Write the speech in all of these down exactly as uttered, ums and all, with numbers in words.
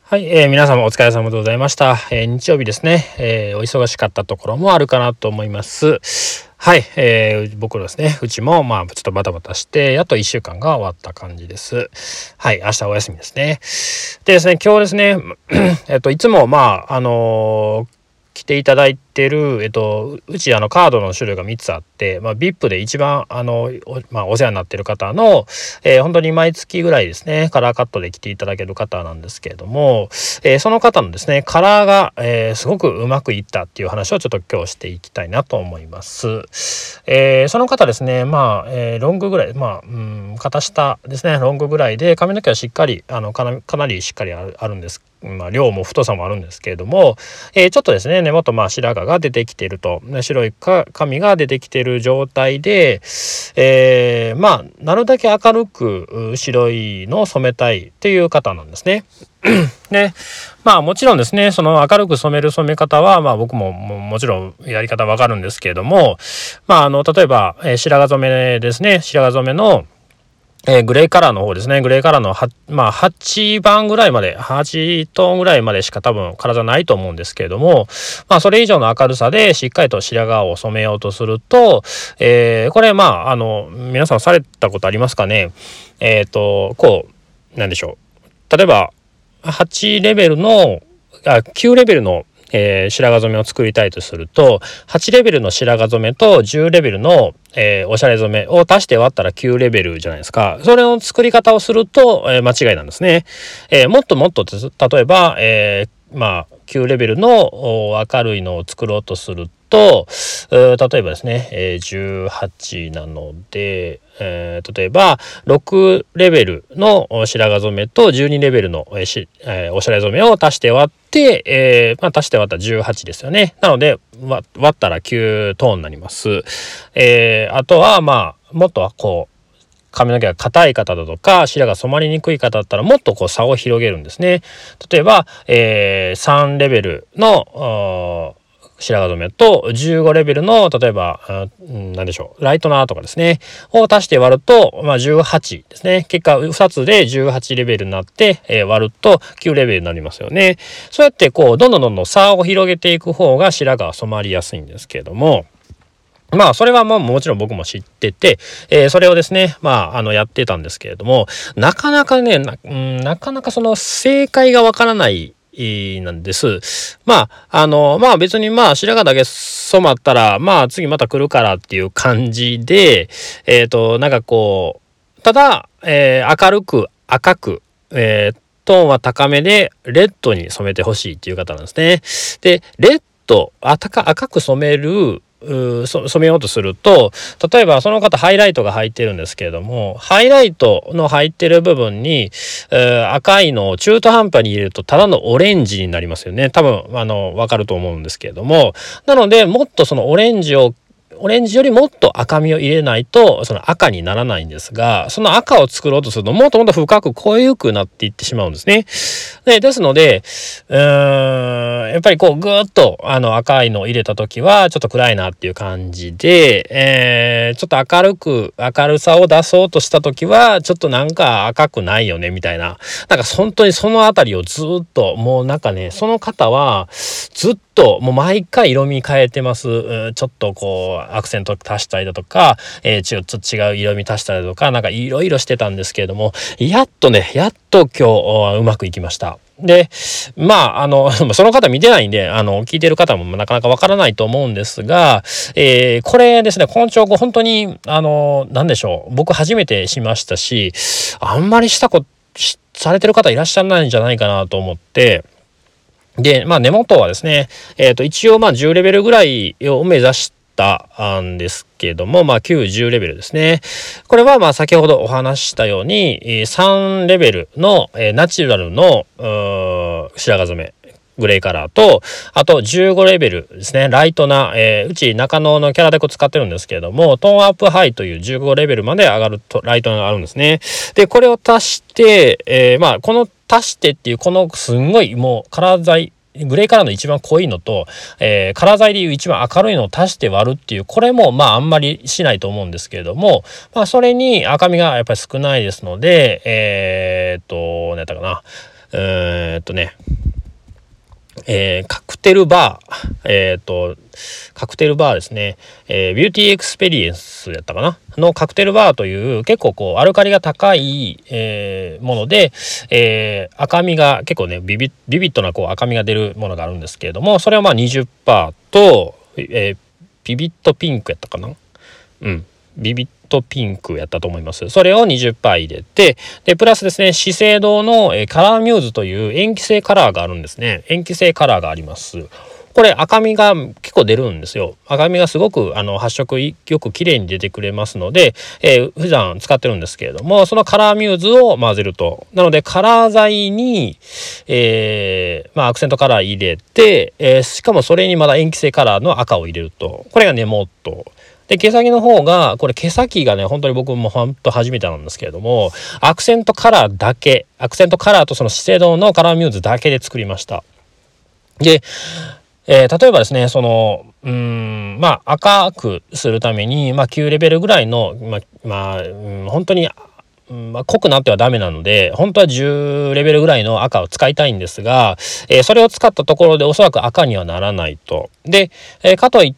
はい、えー、皆様お疲れ様でございました。えー、日曜日ですね、えー、お忙しかったところもあるかなと思います。はい、えー、僕らですね、うちもまあちょっとバタバタしてやっといっしゅうかんが終わった感じです。はい、明日お休みですね。でですね、今日ですね、えっといつもまああのー来ていただいてる、えっと、うちあのカードの種類がみっつあって、まあ、ブイアイピー で一番あのお,、まあ、お世話になっている方の、えー、本当に毎月ぐらいですねカラーカットで来ていただける方なんですけれども、えー、その方のですねカラーが、えー、すごくうまくいったっていう話をちょっと今日していきたいなと思います。えー、その方ですねまあ、えー、ロングぐらいまあ、うん、肩下ですねロングぐらいで髪の毛はしっかりあのかな、かなりしっかりある、あるんですまあ、量も太さもあるんですけれども、えー、ちょっとですね根元まあ白髪が出てきていると白いか髪が出てきている状態で、えー、まあなるだけ明るく白いのを染めたいという方なんですね。でまあもちろんですねその明るく染める染め方はまあ僕も も, もちろんやり方わかるんですけれども、まああの例えば、えー、白髪染めですね白髪染めのえー、グレーカラーの方ですねグレーカラーのは、まあ、はちばんぐらいまではちトーンぐらいまでしか多分体ないと思うんですけれども、まあ、それ以上の明るさでしっかりと白髪を染めようとすると、えー、これまああの皆さんされたことありますかね。えっとこうなんでしょう例えばはちレベルのあきゅうレベルのえー、白髪染めを作りたいとするとはちレベルの白髪染めとじゅうレベルの、えー、おしゃれ染めを足して割ったらきゅうレベルじゃないですか。それの作り方をすると、えー、間違いなんですね。えー、もっともっと例えば、えー、まあきゅうレベルの明るいのを作ろうとすると例えばですね、えー、じゅうはちなので、えー、例えばろくレベルの白髪染めとじゅうにレベルの、えーしえー、おしゃれ染めを足して割って、えーまあ、足して割ったらじゅうはちですよね。なので割ったらきゅうトーンになります。えー、あとはまあもっとこう髪の毛が硬い方だとか白が染まりにくい方だったらもっとこう差を広げるんですね。例えば、えー、さんレベルの白髪染めとじゅうごレベルの例えば何でしょうライトナーとかですねを足して割ると、まあ、じゅうはちですね。結果ふたつでじゅうはちレベルになって、えー、割るときゅうレベルになりますよね。そうやってこうどんどんどんどん差を広げていく方が白髪は染まりやすいんですけれども、まあそれはまあもちろん僕も知ってて、えー、それをですねまああのやってたんですけれどもなかなかね な,、うん、なかなかその正解がわからないなんです。まああのまあ別にまあ白髪だけ染まったらまあ次また来るからっていう感じでえっ、ー、となんかこうただ、えー、明るく赤く、えー、トーンは高めでレッドに染めてほしいっていう方なんですね。でレッド赤く染める染めようとすると例えばその方ハイライトが入ってるんですけれどもハイライトの入ってる部分に、えー、赤いのを中途半端に入れるとただのオレンジになりますよね。多分あの分かると思うんですけれどもなのでもっとそのオレンジをオレンジよりもっと赤みを入れないとその赤にならないんですがその赤を作ろうとするともっともっと深く濃ゆくなっていってしまうんですね。でですのでうーんやっぱりこうぐーっとあの赤いのを入れた時はちょっと暗いなっていう感じで、えー、ちょっと明るく明るさを出そうとした時はちょっとなんか赤くないよねみたいななんか本当にそのあたりをずっともうなんかねその方はずっともう毎回色味変えてます。うん、ちょっとこうアクセント足したりだとか、えー、ちょっと違う色味足したりだとかなんかいろいろしてたんですけれどもやっとねやっと今日うまくいきました。でまああのその方見てないんであの聞いてる方もなかなかわからないと思うんですが、えー、これですねこの調合本当にあの何でしょう僕初めてしましたしあんまりしたことされてる方いらっしゃらないんじゃないかなと思ってでまあ根元はですね、えー、と一応まあじゅうレベルぐらいを目指したんですけどもまあきゅう、じゅうレベルですね。これはまあ先ほどお話ししたようにさんレベルのナチュラルの白髪染めグレーカラーとあとじゅうごレベルですねライトな、えー、うち中野のキャラデコ使ってるんですけれどもトーンアップハイというじゅうごレベルまで上がるとライトがあるんですね。でこれを足して、えー、まあこの足してっていうこのすんごいもうカラー剤グレーカラーの一番濃いのと、えー、カラー剤でいう一番明るいのを足して割るっていうこれもまああんまりしないと思うんですけれども、まあ、それに赤みがやっぱり少ないですのでえー、っと何やったかなえー、っとねえー、カクテルバー、えー、とカクテルバーですね、えー、ビューティーエクスペリエンスやったかなのカクテルバーという結構こうアルカリが高い、えー、もので、えー、赤みが結構ねビビビビッドなこう赤みが出るものがあるんですけれども、それはまあ にじゅっパーセント と、えー、ビビッドピンクやったかなうんビビッドピンクやったと思います。それを にじゅっパーセント 入れて、でプラスですね、資生堂の、えー、カラーミューズという塩基性カラーがあるんですね。塩基性カラーがあります。これ赤みが結構出るんですよ。赤みがすごくあの発色よく綺麗に出てくれますので、えー、普段使ってるんですけれども、そのカラーミューズを混ぜると、なのでカラー剤に、えーまあ、アクセントカラー入れて、えー、しかもそれにまだ塩基性カラーの赤を入れると、これがねモットーで、毛先の方が、これ毛先がね、本当に僕も本当初めてなんですけれども、アクセントカラーだけ、アクセントカラーとその資生堂のカラーミューズだけで作りました。で、えー、例えばですね、その、うーん、まあ赤くするために、まあきゅうレベルぐらいの、まあ、まあ、うん、本当に、まあ、濃くなってはダメなので、本当はじゅうレベルぐらいの赤を使いたいんですが、えー、それを使ったところでおそらく赤にはならないと。で、えー、かといって、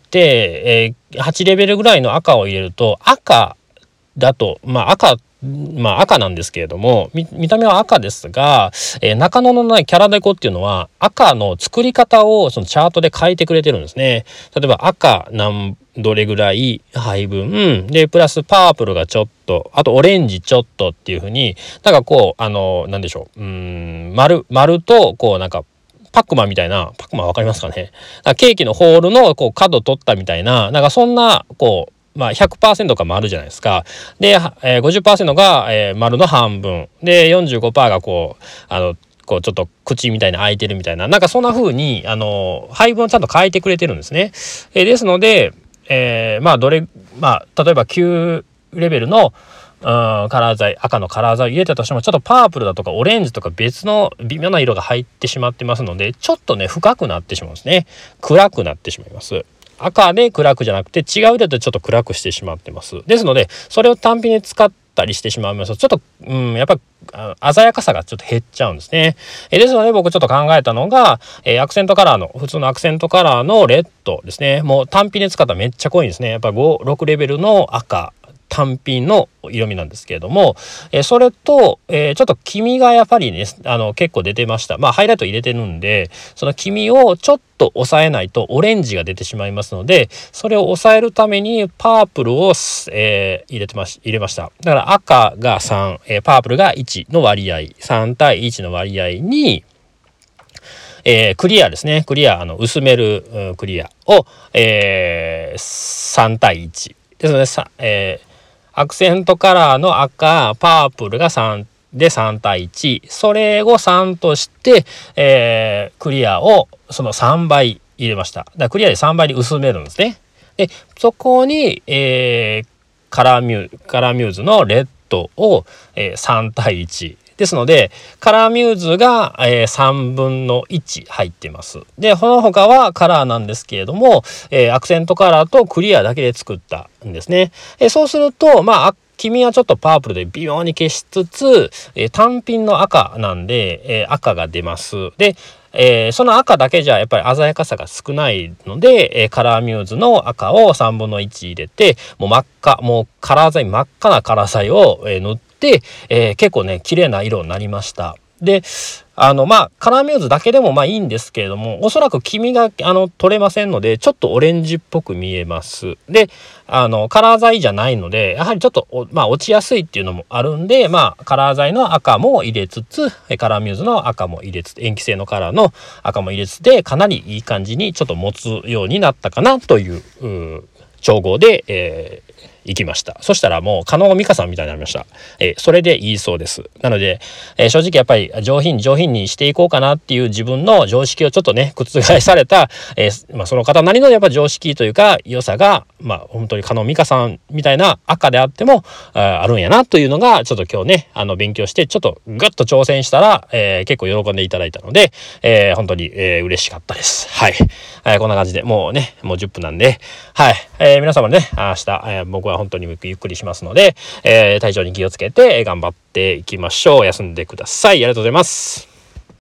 えー、はちレベルぐらいの赤を入れると、赤だと、まあ赤、まあ赤なんですけれども、見, 見た目は赤ですが、えー、中野のないキャラデコっていうのは赤の作り方をそのチャートで変えてくれてるんですね。例えば赤何どれぐらい配分でプラスパープルがちょっと、あとオレンジちょっとっていう風に、なんかこうあのなんでしょう、うーん丸丸とこうなんかパックマンみたいな、パックマンわかりますかね。ケーキのホールのこう角取ったみたいな、なんかそんなこうまあ ひゃくパーセント が丸じゃないですか。で、えー、ごじゅっパーセント が、えー、丸の半分で よんじゅうごパーセント がこうあのこうちょっと口みたいに開いてるみたいな、なんかそんな風にあの配分をちゃんと変えてくれてるんですね。えー、ですので、えー、まあどれまあ例えばきゅうレベルのうんカラー剤、赤のカラー剤を入れたとしても、ちょっとパープルだとかオレンジとか別の微妙な色が入ってしまってますので、ちょっとね深くなってしまうんですね。暗くなってしまいます。赤で暗くじゃなくて違う色でちょっと暗くしてしまってます。ですのでそれを単品で使ったりしてしまいますと、ちょっと、うん、やっぱり鮮やかさがちょっと減っちゃうんですね。えですので僕ちょっと考えたのが、えー、アクセントカラーの普通のアクセントカラーのレッドですね。もう単品で使ったらめっちゃ濃いんですね。やっぱご、ろくレベルの赤単品の色味なんですけれども、えー、それと、えー、ちょっと黄身がやっぱりねあの結構出てました。まあハイライト入れてるんで、その黄身をちょっと抑えないとオレンジが出てしまいますので、それを抑えるためにパープルを、えー、入れてまし入れました。だから赤がさん、えー、パープルがいちの割合、さん対いちの割合に、えー、クリアですね、クリアあの薄める、うん、クリアを、えー、さん対いちですので、さ、えーアクセントカラーの赤、パープルがさんでさん対いち、それをさんとして、えー、クリアをそのさんばい入れました。だからクリアでさんばいに薄めるんですね。でそこに、えー、カラーミューカラーミューズのレッドを、えー、さん対いちですので、カラーミューズが、えー、さんぶんのいち入っています。で、この他はカラーなんですけれども、えー、アクセントカラーとクリアだけで作ったんですね。えー、そうすると、まあ、黄身はちょっとパープルで微妙に消しつつ、えー、単品の赤なんで、えー、赤が出ます。で、えー、その赤だけじゃやっぱり鮮やかさが少ないので、えー、カラーミューズの赤をさんぶんのいち入れて、もう真っ赤、もうカラー剤、真っ赤なカラー剤を、えー、塗ってで、えー、結構ね綺麗な色になりました。であのまあカラーミューズだけでもまあいいんですけれども、おそらく黄身があの取れませんのでちょっとオレンジっぽく見えます。であのカラー剤じゃないのでやはりちょっとまあ落ちやすいっていうのもあるんで、まあカラー剤の赤も入れつつカラーミューズの赤も入れつつ塩基性のカラーの赤も入れつつで、かなりいい感じにちょっと持つようになったかなという、う調合で、えー行きました。そしたらもう加納美香さんみたいになりました。えー、それでいいそうです。なので、えー、正直やっぱり上品上品にしていこうかなっていう自分の常識をちょっとね覆された、えーまあ、その方なりのやっぱ常識というか良さがまあ本当に加納美香さんみたいな赤であっても あ, あるんやなというのがちょっと今日ねあの勉強してちょっとグッと挑戦したら、えー、結構喜んでいただいたので、えー、本当に、えー、嬉しかったです。はい、えー、こんな感じでもうねもうじゅっぷんなんで、はい、えー、皆様ね明日、えー、僕は本当にゆっくりしますので、えー、体調に気をつけて頑張っていきましょう。休んでください。ありがとうございます。